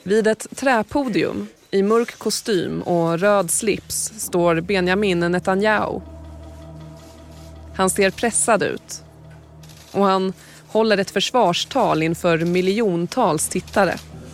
Vid ett träpodium i mörk kostym och röd slips står Benjamin Netanyahu. Han ser pressad ut och han håller ett försvarstal inför miljontals tittare.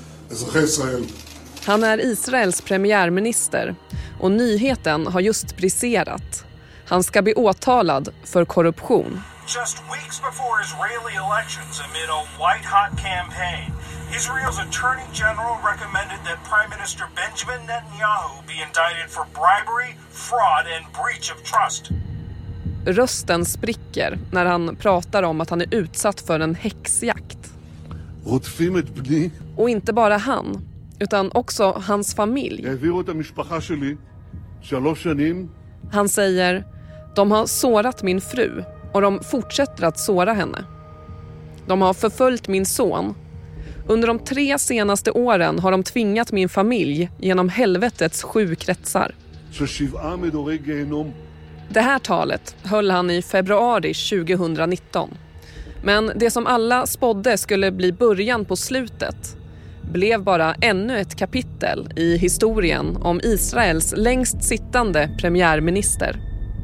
Han är Israels premiärminister och nyheten har just briserat. Han ska bli åtalad för korruption. Just weeks before Israeli elections amid a white-hot campaign, Israel's Attorney General recommended that Prime Minister Benjamin Netanyahu be indicted for bribery, fraud and breach of trust. Rösten spricker när han pratar om att han är utsatt för en häxjakt. Och inte bara han, utan också hans familj. Han säger, de har sårat min fru och de fortsätter att såra henne. De har förföljt min son. Under de 3 senaste åren har de tvingat min familj genom helvetets 7 kretsar. Det här talet höll han i februari 2019. Men det som alla spådde skulle bli början på slutet blev bara ännu ett kapitel i historien om Israels längst sittande premiärminister.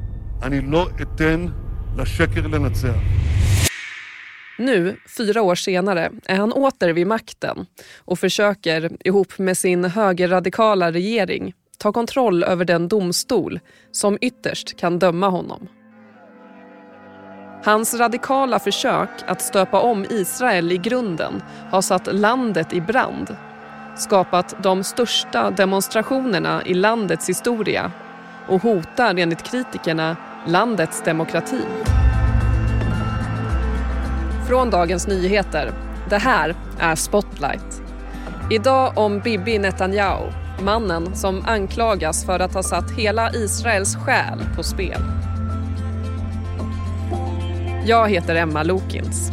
Nu, 4 år senare, är han åter vid makten och försöker ihop med sin högerradikala regering ta kontroll över den domstol som ytterst kan döma honom. Hans radikala försök att stöpa om Israel i grunden har satt landet i brand, skapat de största demonstrationerna i landets historia och hotar enligt kritikerna landets demokrati. Från Dagens Nyheter, det här är Spotlight. Idag om Bibi Netanyahu, mannen som anklagas för att ha satt hela Israels själ på spel. Jag heter Emma Lokins.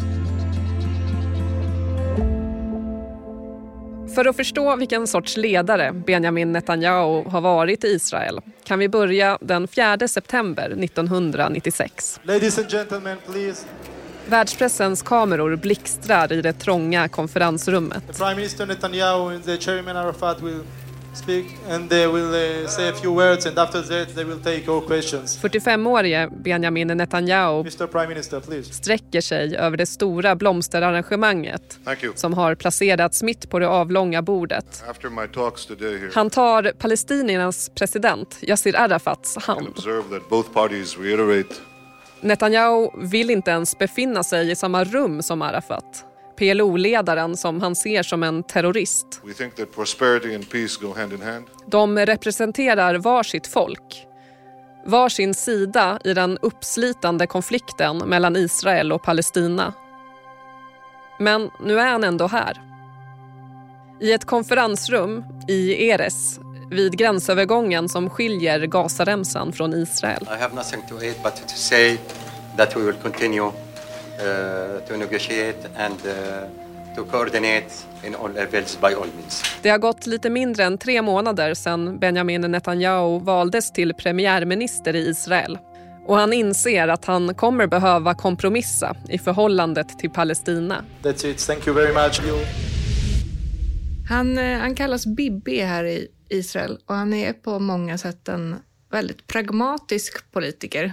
För att förstå vilken sorts ledare Benjamin Netanyahu har varit i Israel kan vi börja den 4 september 1996. Ladies and gentlemen, please. Världspressens kameror blixtrar i det trånga konferensrummet. The Prime Minister Netanyahu and the Chairman Arafat will speak and they will say a few words and after that they will take all questions. 45-årige Benjamin Netanyahu Mr. Prime Minister, please. Sträcker sig över det stora blomsterarrangemanget som har placerats mitt på det avlånga bordet. Han tar palestiniernas president Yasser Arafats hand. Netanyahu vill inte ens befinna sig i samma rum som Arafat, PLO-ledaren som han ser som en terrorist. De representerar varsitt folk, varsin sida i den uppslitande konflikten mellan Israel och Palestina. Men nu är han ändå här. I ett konferensrum i Erez, vid gränsövergången som skiljer Gazaremsan från Israel. I have nothing to add but to say that we will continue to negotiate and to coordinate in all levels by all means. Det har gått lite mindre än 3 månader sedan Benjamin Netanyahu valdes till premiärminister i Israel. Och han inser att han kommer behöva kompromissa i förhållandet till Palestina. That's it. Thank you very much. Han kallas Bibi här i Israel och han är på många sätt en väldigt pragmatisk politiker.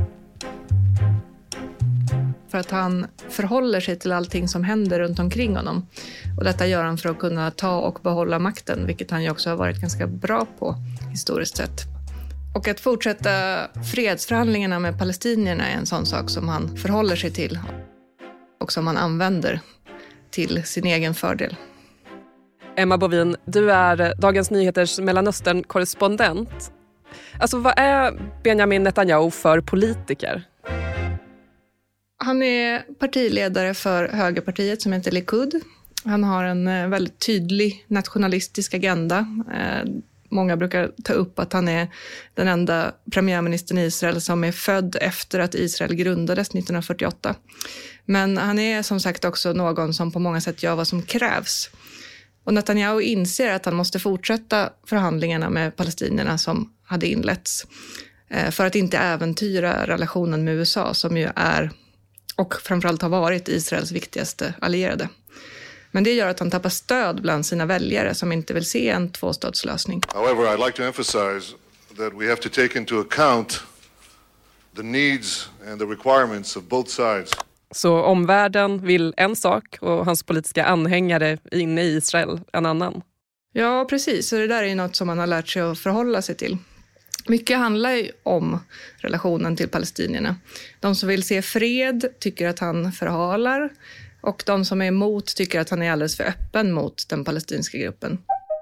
För att han förhåller sig till allting som händer runt omkring honom. Och detta gör han för att kunna ta och behålla makten, vilket han ju också har varit ganska bra på historiskt sett. Och att fortsätta fredsförhandlingarna med palestinierna är en sån sak som han förhåller sig till och som han använder till sin egen fördel. Emma Bovin, du är Dagens Nyheters Mellanöstern-korrespondent. Alltså, vad är Benjamin Netanyahu för politiker? Han är partiledare för högerpartiet som heter Likud. Han har en väldigt tydlig nationalistisk agenda. Många brukar ta upp att han är den enda premiärministern i Israel som är född efter att Israel grundades 1948. Men han är som sagt också någon som på många sätt gör vad som krävs. Och Netanyahu inser att han måste fortsätta förhandlingarna med palestinierna som hade inletts. För att inte äventyra relationen med USA som ju är och framförallt har varit Israels viktigaste allierade. Men det gör att han tappar stöd bland sina väljare som inte vill se en tvåstatslösning. However, I'd like to emphasize that we have to take into account the needs and the requirements of both sides. Så omvärlden vill en sak och hans politiska anhängare inne i Israel en annan. Ja, precis. Så det där är ju något som man har lärt sig att förhålla sig till. Mycket handlar ju om relationen till palestinierna. De som vill se fred tycker att han förhalar och de som är emot tycker att han är alldeles för öppen mot den palestinska gruppen.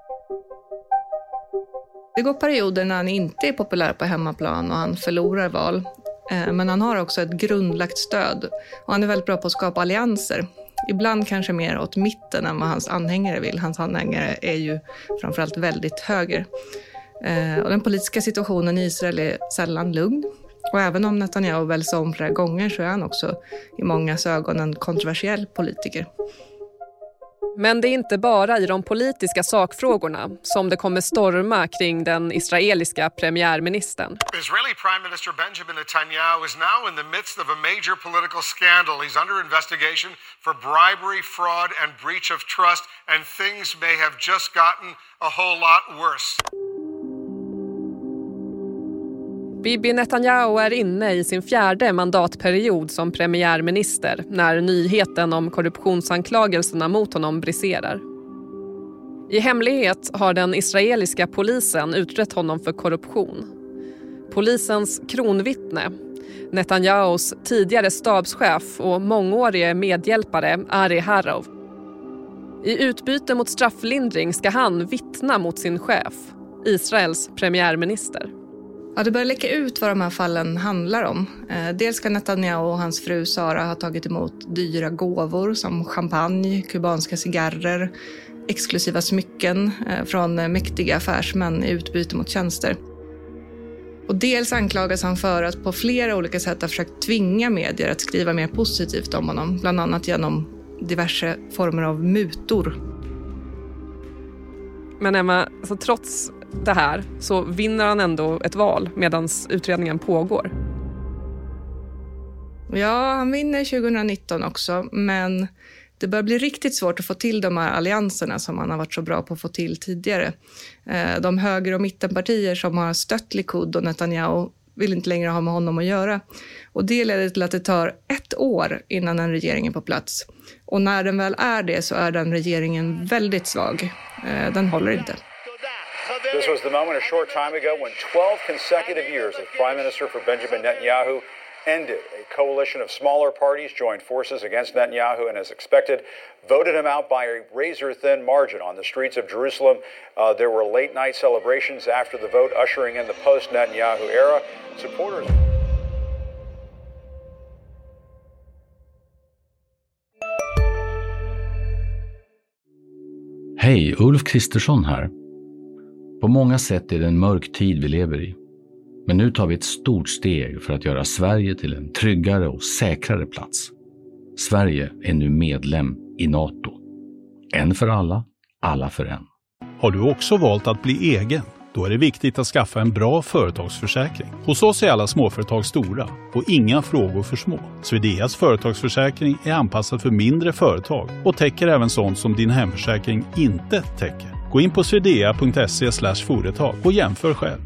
Det går perioder när han inte är populär på hemmaplan och han förlorar val. Men han har också ett grundlagt stöd och han är väldigt bra på att skapa allianser. Ibland kanske mer åt mitten än vad hans anhängare vill. Hans anhängare är ju framförallt väldigt höger. Och den politiska situationen i Israel är sällan lugn. Och även om Netanyahu väljs om flera gånger så är han också i mångas ögon en kontroversiell politiker. Men det är inte bara i de politiska sakfrågorna som det kommer storma kring den israeliska premiärministern. Israeli Prime Minister Benjamin Netanyahu is now in the midst of a major political scandal. He's under investigation for bribery, fraud and breach of trust, and things may have just gotten a whole lot worse. Bibi Netanyahu är inne i sin 4:e mandatperiod som premiärminister när nyheten om korruptionsanklagelserna mot honom briserar. I hemlighet har den israeliska polisen utrett honom för korruption. Polisens kronvittne, Netanyahus tidigare stabschef och mångårige medhjälpare Ari Harov. I utbyte mot strafflindring ska han vittna mot sin chef, Israels premiärminister. Ja, det börjar läcka ut vad de här fallen handlar om. Dels ska Netanyahu och hans fru Sara ha tagit emot dyra gåvor som champagne, kubanska cigarrer, exklusiva smycken från mäktiga affärsmän i utbyte mot tjänster. Och dels anklagas han för att på flera olika sätt ha försökt tvinga medier att skriva mer positivt om honom, bland annat genom diverse former av mutor. Men Emma, så trots det här så vinner han ändå ett val medan utredningen pågår. Ja, han vinner 2019 också, men det börjar bli riktigt svårt att få till de här allianserna som han har varit så bra på att få till tidigare. De höger- och mittenpartier som har stött Likud och Netanyahu vill inte längre ha med honom att göra. Och det leder till att det tar 1 år innan en regering är på plats. Och när den väl är det så är den regeringen väldigt svag. Den håller inte. This was the moment a short time ago when 12 consecutive years of Prime Minister for Benjamin Netanyahu ended. A coalition of smaller parties joined forces against Netanyahu and, as expected, voted him out by a razor-thin margin on the streets of Jerusalem. There were late-night celebrations after the vote, ushering in the post-Netanyahu era. Supporters... Hej, Ulf Kristersson här. På många sätt är det en mörk tid vi lever i. Men nu tar vi ett stort steg för att göra Sverige till en tryggare och säkrare plats. Sverige är nu medlem i NATO. En för alla, alla för en. Har du också valt att bli egen? Då är det viktigt att skaffa en bra företagsförsäkring. Hos oss är alla småföretag stora och inga frågor för små. Swedeas företagsförsäkring är anpassad för mindre företag och täcker även sånt som din hemförsäkring inte täcker. Gå in på swedea.se/företag och jämför själv.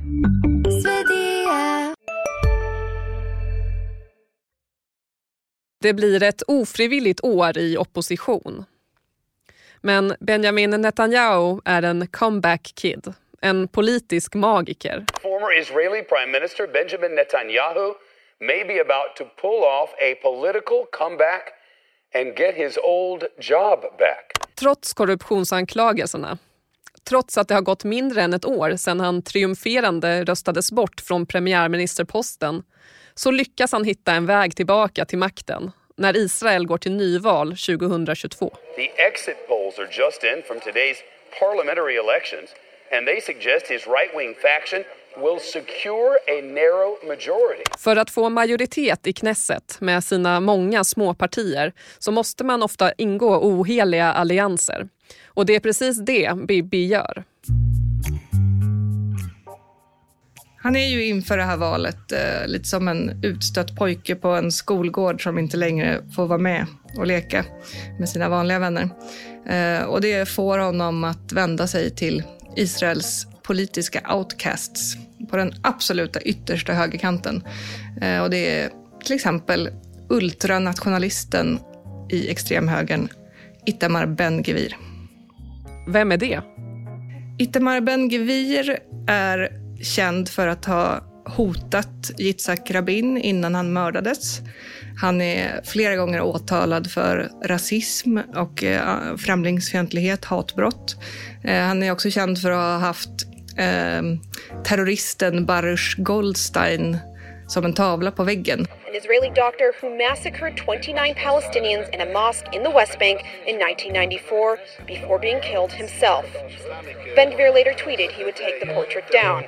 Det blir ett ofrivilligt år i opposition. Men Benjamin Netanyahu är en comeback kid, en politisk magiker. Former Israeli Prime Minister Benjamin Netanyahu may be about to pull off a political comeback and get his old job back. Trots korruptionsanklagelserna, trots att det har gått mindre än 1 år sedan han triumferande röstades bort från premiärministerposten, så lyckas han hitta en väg tillbaka till makten när Israel går till nyval 2022. The exit polls are just in from today's parliamentary elections, and they suggest his right-wing faction will secure a narrow majority. För att få majoritet i Knesset med sina många små partier så måste man ofta ingå oheliga allianser. Och det är precis det Bibi gör. Han är ju inför det här valet lite som en utstött pojke på en skolgård som inte längre får vara med och leka med sina vanliga vänner. Och det får honom att vända sig till Israels politiska outcasts på den absoluta yttersta högerkanten. Och det är till exempel ultranationalisten i extremhögern Itamar Ben-Gvir. Vem är det? Itamar Ben-Gvir är känd för att ha hotat Yitzhak Rabin innan han mördades. Han är flera gånger åtalad för rasism och främlingsfientlighet, hatbrott. Han är också känd för att ha haft terroristen Baruch Goldstein som en tavla på väggen. An Israeli doctor who massacred 29 Palestinians in a mosque in the West Bank in 1994 before being killed himself. Ben-Gvir later tweeted he would take the portrait down.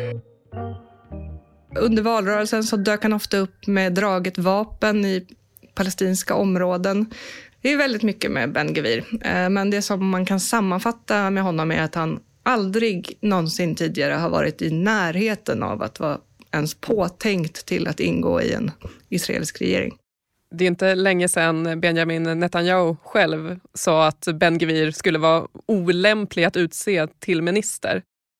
Under valrörelsen så dök han ofta upp med draget vapen i palestinska områden. Det är väldigt mycket med Ben-Gvir. Men det som man kan sammanfatta med honom är att han aldrig någonsin tidigare har varit i närheten av att vara ens påtänkt till att ingå i en israelisk regering. Det är inte länge sedan Benjamin Netanyahu själv sa att Ben-Gvir skulle vara olämplig att utse till minister.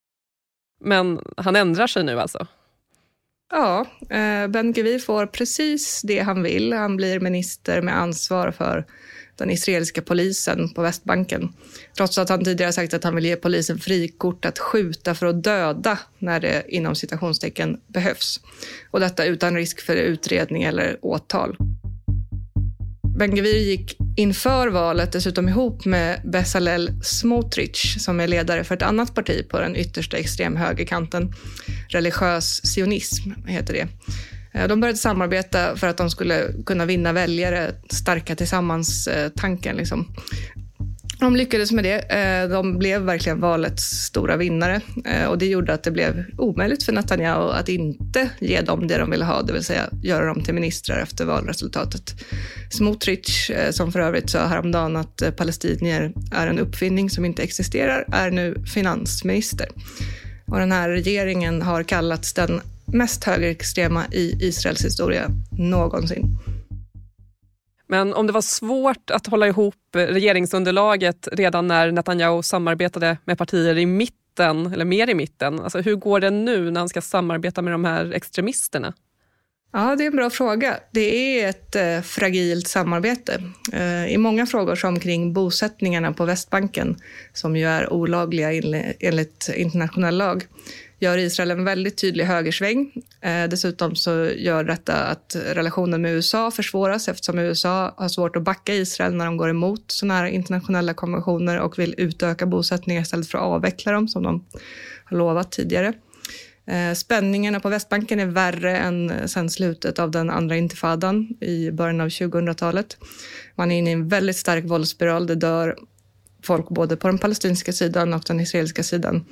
Men han ändrar sig nu alltså? Ja, Ben-Gvir får precis det han vill. Han blir minister med ansvar för den israeliska polisen på Västbanken. Trots att han tidigare sagt att han vill ge polisen frikort att skjuta för att döda när det inom citationstecken behövs. Och detta utan risk för utredning eller åtal. Ben-Gvir gick inför valet dessutom ihop med Bezalel Smotrich som är ledare för ett annat parti på den yttersta extremhögerkanten. Religiös sionism heter det. De började samarbeta för att de skulle kunna vinna väljare, starka tillsammans tanken liksom. De lyckades med det. De blev verkligen valets stora vinnare. Och det gjorde att det blev omöjligt för Netanyahu att inte ge dem det de ville ha. Det vill säga göra dem till ministrar efter valresultatet. Smotrich, som för övrigt sa häromdagen att palestinier är en uppfinning som inte existerar, är nu finansminister. Och den här regeringen har kallats den mest högerextrema i Israels historia någonsin. Men om det var svårt att hålla ihop regeringsunderlaget redan när Netanyahu samarbetade med partier i mitten, eller mer i mitten, alltså hur går det nu när han ska samarbeta med de här extremisterna? Ja, det är en bra fråga. Det är ett fragilt samarbete. I många frågor som kring bosättningarna på Västbanken, som ju är olagliga enligt internationell lag, gör Israel en väldigt tydlig högersväng. Dessutom så gör detta att relationen med USA försvåras eftersom USA har svårt att backa Israel när de går emot sådana här internationella konventioner och vill utöka bosättningar istället för att avveckla dem som de har lovat tidigare. Spänningarna på Västbanken är värre än sedan slutet av den andra intifadan i början av 2000-talet. Man är inne i en väldigt stark våldsspiral. Det dör folk både på den palestinska sidan och den israeliska sidan.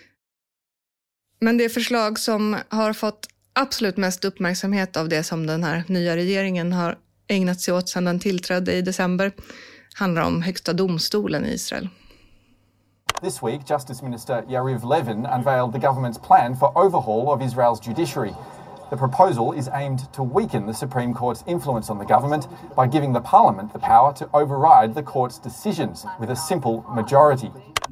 Men det förslag som har fått absolut mest uppmärksamhet av det som den här nya regeringen har ägnat sig åt sedan den tillträdde i december handlar om högsta domstolen i Israel. This week, Justice Minister Yariv Levin unveiled the government's plan for overhaul of Israel's judiciary. The proposal is aimed to weaken the Supreme Court's influence on the government by giving the parliament the power to override the court's decisions with a simple majority.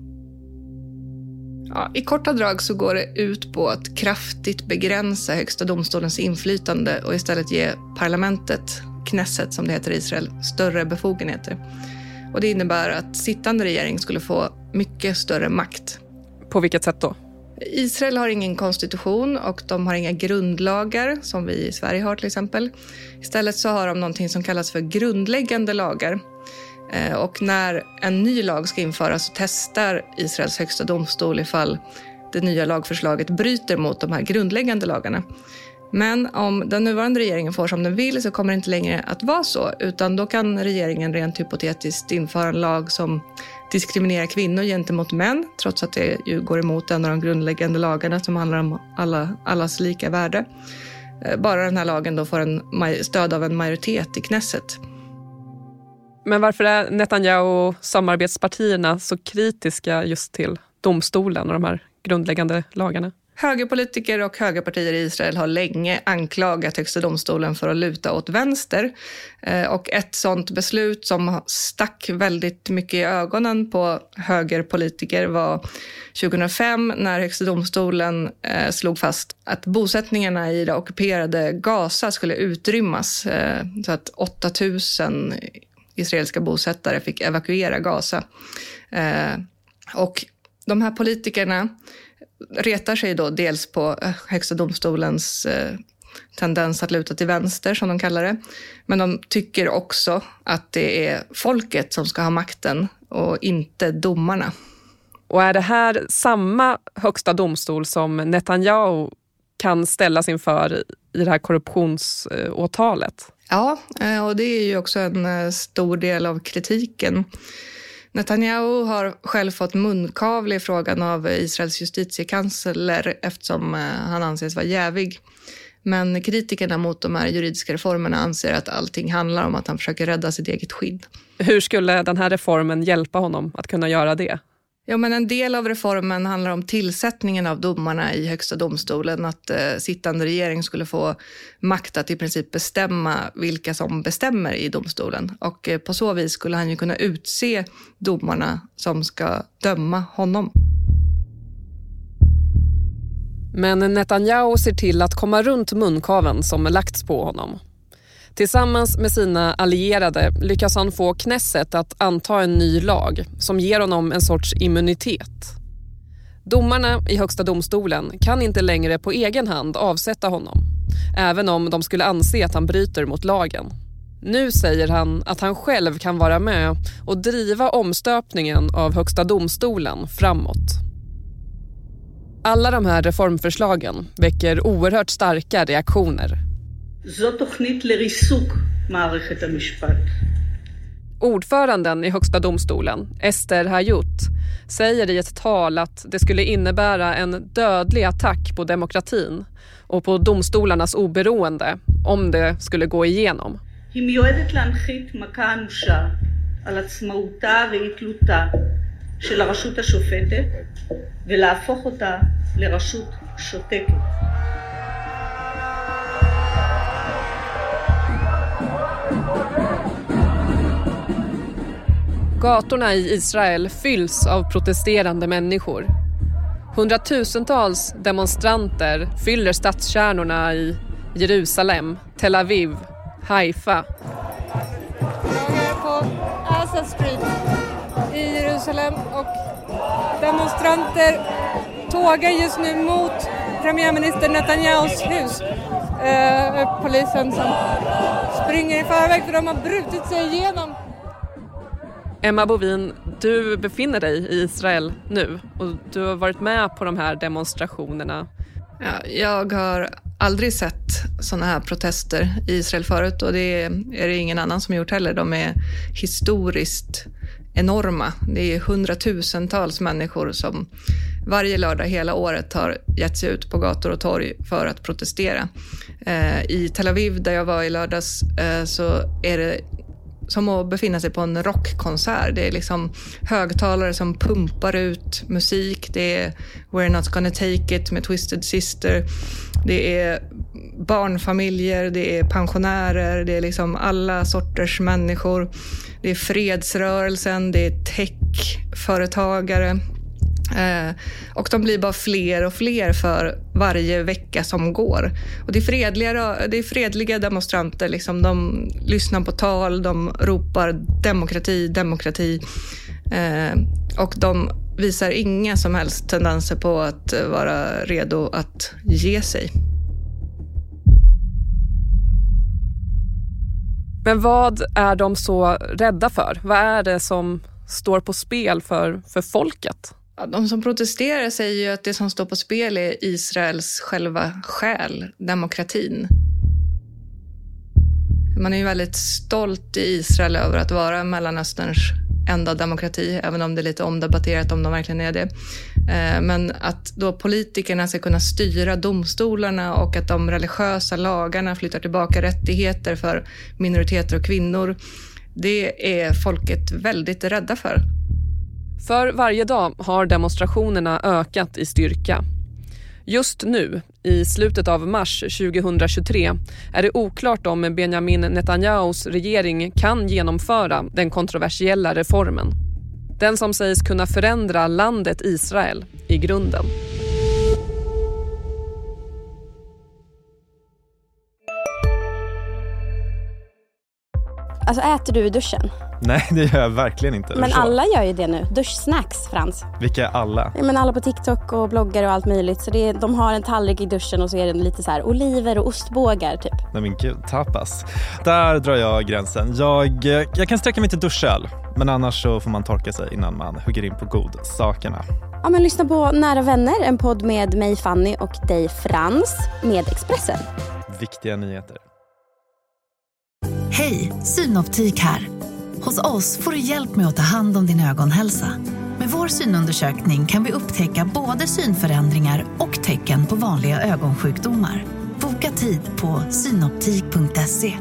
Ja, i korta drag så går det ut på att kraftigt begränsa högsta domstolens inflytande och istället ge parlamentet, Knesset som det heter i Israel, större befogenheter. Och det innebär att sittande regering skulle få mycket större makt. På vilket sätt då? Israel har ingen konstitution och de har inga grundlagar som vi i Sverige har till exempel. Istället så har de någonting som kallas för grundläggande lagar. Och när en ny lag ska införas så testar Israels högsta domstol ifall det nya lagförslaget bryter mot de här grundläggande lagarna. Men om den nuvarande regeringen får som den vill så kommer det inte längre att vara så, utan då kan regeringen rent hypotetiskt införa en lag som diskriminerar kvinnor gentemot män, trots att det ju går emot en av de grundläggande lagarna som handlar om allas lika värde. Bara den här lagen då får stöd av en majoritet i Knesset. Men varför är Netanyahu och samarbetspartierna så kritiska just till domstolen och de här grundläggande lagarna? Högerpolitiker och högerpartier i Israel har länge anklagat högsta domstolen för att luta åt vänster. Och ett sådant beslut som stack väldigt mycket i ögonen på högerpolitiker var 2005 när högsta domstolen slog fast att bosättningarna i det ockuperade Gaza skulle utrymmas. Så att 8000 israeliska bosättare fick evakuera Gaza. Och de här politikerna retar sig då dels på högsta domstolens tendens att luta till vänster, som de kallar det. Men de tycker också att det är folket som ska ha makten och inte domarna. Och är det här samma högsta domstol som Netanyahu kan ställas inför i det här korruptionsåtalet? Ja, och det är ju också en stor del av kritiken. Netanyahu har själv fått munkavle i frågan av Israels justitiekansler eftersom han anses vara jävig. Men kritikerna mot de här juridiska reformerna anser att allting handlar om att han försöker rädda sitt eget skinn. Hur skulle den här reformen hjälpa honom att kunna göra det? Ja, men en del av reformen handlar om tillsättningen av domarna i högsta domstolen. Att sittande regering skulle få makt att i princip bestämma vilka som bestämmer i domstolen. Och på så vis skulle han ju kunna utse domarna som ska döma honom. Men Netanyahu ser till att komma runt munkaven som lagts på honom. Tillsammans med sina allierade lyckas han få Knesset att anta en ny lag som ger honom en sorts immunitet. Domarna i högsta domstolen kan inte längre på egen hand avsätta honom, även om de skulle anse att han bryter mot lagen. Nu säger han att han själv kan vara med och driva omstöpningen av högsta domstolen framåt. Alla de här reformförslagen väcker oerhört starka reaktioner. Ordföranden i högsta domstolen, Esther Hayut, säger i ett tal att det skulle innebära en dödlig attack på demokratin och på domstolarnas oberoende om det skulle gå igenom. היא מיועדת להנחית מכה אנושה על עצמאותה ואי-תלותה של הרשות השופטת ולהפוך אותה לרשות שותקת. Gatorna i Israel fylls av protesterande människor. Hundratusentals demonstranter fyller stadskärnorna i Jerusalem, Tel Aviv, Haifa. Jag är på Asa Street i Jerusalem och demonstranter tågar just nu mot premiärminister Netanyahus hus. Polisen som springer i förväg för de har brutit sig igenom. Emma Bovin, du befinner dig i Israel nu och du har varit med på de här demonstrationerna. Ja, jag har aldrig sett sådana här protester i Israel förut och det är det ingen annan som gjort heller. De är historiskt enorma. Det är hundratusentals människor som varje lördag hela året har gett sig ut på gator och torg för att protestera. I Tel Aviv där jag var i lördags så är det som att befinna sig på en rockkonsert. Det är liksom högtalare som pumpar ut musik. Det är We're Not Gonna Take It med Twisted Sister. Det är barnfamiljer, det är pensionärer, det är liksom alla sorters människor. Det är fredsrörelsen, det är techföretagare. Och de blir bara fler och fler för varje vecka som går. Och det är fredliga demonstranter. Liksom. De lyssnar på tal, de ropar demokrati, demokrati. Och de visar inga som helst tendenser på att vara redo att ge sig. Men vad är de så rädda för? Vad är det som står på spel för folket? Ja, de som protesterar säger ju att det som står på spel är Israels själva själ, demokratin. Man är ju väldigt stolt i Israel över att vara Mellanösterns enda demokrati, även om det är lite omdebatterat om de verkligen är det. Men att då politikerna ska kunna styra domstolarna och att de religiösa lagarna flyttar tillbaka rättigheter för minoriteter och kvinnor, det är folket väldigt rädda för. För varje dag har demonstrationerna ökat i styrka. Just nu, i slutet av mars 2023, är det oklart om Benjamin Netanyahus regering kan genomföra den kontroversiella reformen. Den som sägs kunna förändra landet Israel i grunden. Alltså äter du i duschen? Nej, det gör jag verkligen inte. Men alla gör ju det nu. Duschsnacks, Frans. Vilka är alla? Ja, men alla på TikTok och bloggar och allt möjligt. Så de har en tallrik i duschen och så är det lite så här oliver och ostbågar typ. Nej men gud, tapas. Där drar jag gränsen. Jag kan sträcka mig till duschöl. Men annars så får man torka sig innan man hugger in på godsakerna. Ja, men lyssna på Nära vänner, en podd med mig Fanny och dig Frans med Expressen. Viktiga nyheter. Hej, Synoptik här. Hos oss får du hjälp med att ta hand om din ögonhälsa. Med vår synundersökning kan vi upptäcka både synförändringar och tecken på vanliga ögonsjukdomar. Boka tid på synoptik.se.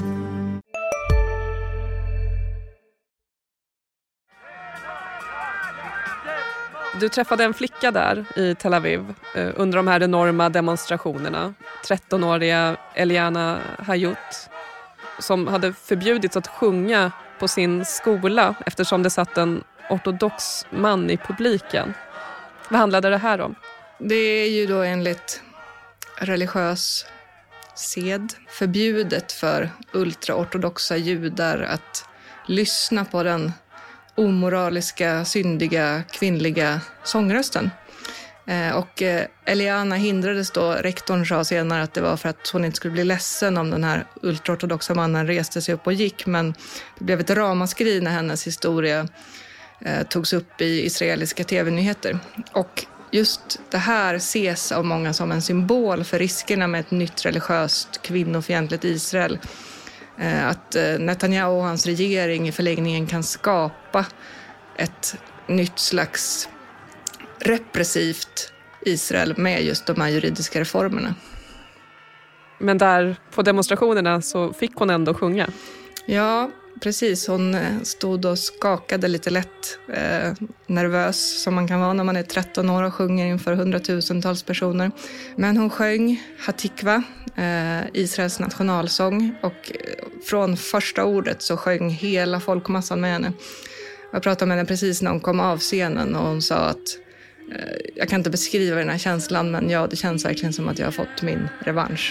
Du träffade en flicka där i Tel Aviv under de här enorma demonstrationerna. 13-åriga Eliana Hayut, som hade förbjudits att sjunga på sin skola eftersom det satt en ortodox man i publiken. Vad handlade det här om? Det är ju då enligt religiös sed förbjudet för ultraortodoxa judar att lyssna på den omoraliska, syndiga, kvinnliga sångrösten. Och Eliana hindrades då. Rektorn sa senare att det var för att hon inte skulle bli ledsen om den här ultraortodoxa mannen reste sig upp och gick. Men det blev ett ramaskri när hennes historia togs upp i israeliska tv-nyheter. Och just det här ses av många som en symbol för riskerna med ett nytt religiöst kvinnofientligt Israel. Att Netanyahu och hans regering i förlängningen kan skapa ett nytt slags repressivt Israel med just de här juridiska reformerna. Men där på demonstrationerna så fick hon ändå sjunga. Ja, precis. Hon stod och skakade lite lätt, nervös som man kan vara när man är 13 år och sjunger inför 100,000-tals personer. Men hon sjöng Hatikva, Israels nationalsång, och från första ordet så sjöng hela folkmassan med henne. Jag pratade med henne precis när hon kom av scenen och hon sa att jag kan inte beskriva den här känslan, men ja, det känns verkligen som att jag har fått min revansch.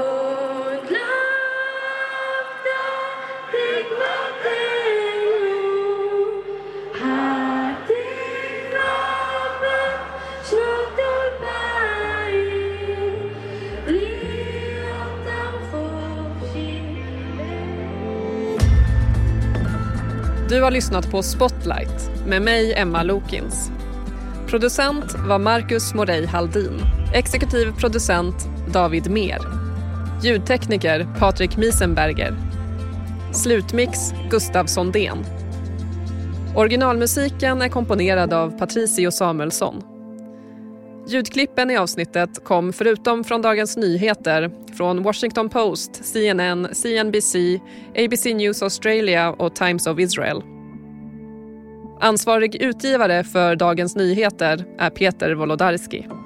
Du har lyssnat på Spotlight med mig, Emma Lokins. Producent var Marcus Morey Haldin. Exekutiv producent David Mer. Ljudtekniker Patrik Miesenberger. Slutmix Gustav Sondén. Originalmusiken är komponerad av Patricio Samuelsson. Ljudklippen i avsnittet kom förutom från Dagens Nyheter från Washington Post, CNN, CNBC, ABC News Australia och Times of Israel. Ansvarig utgivare för Dagens Nyheter är Peter Wolodarski.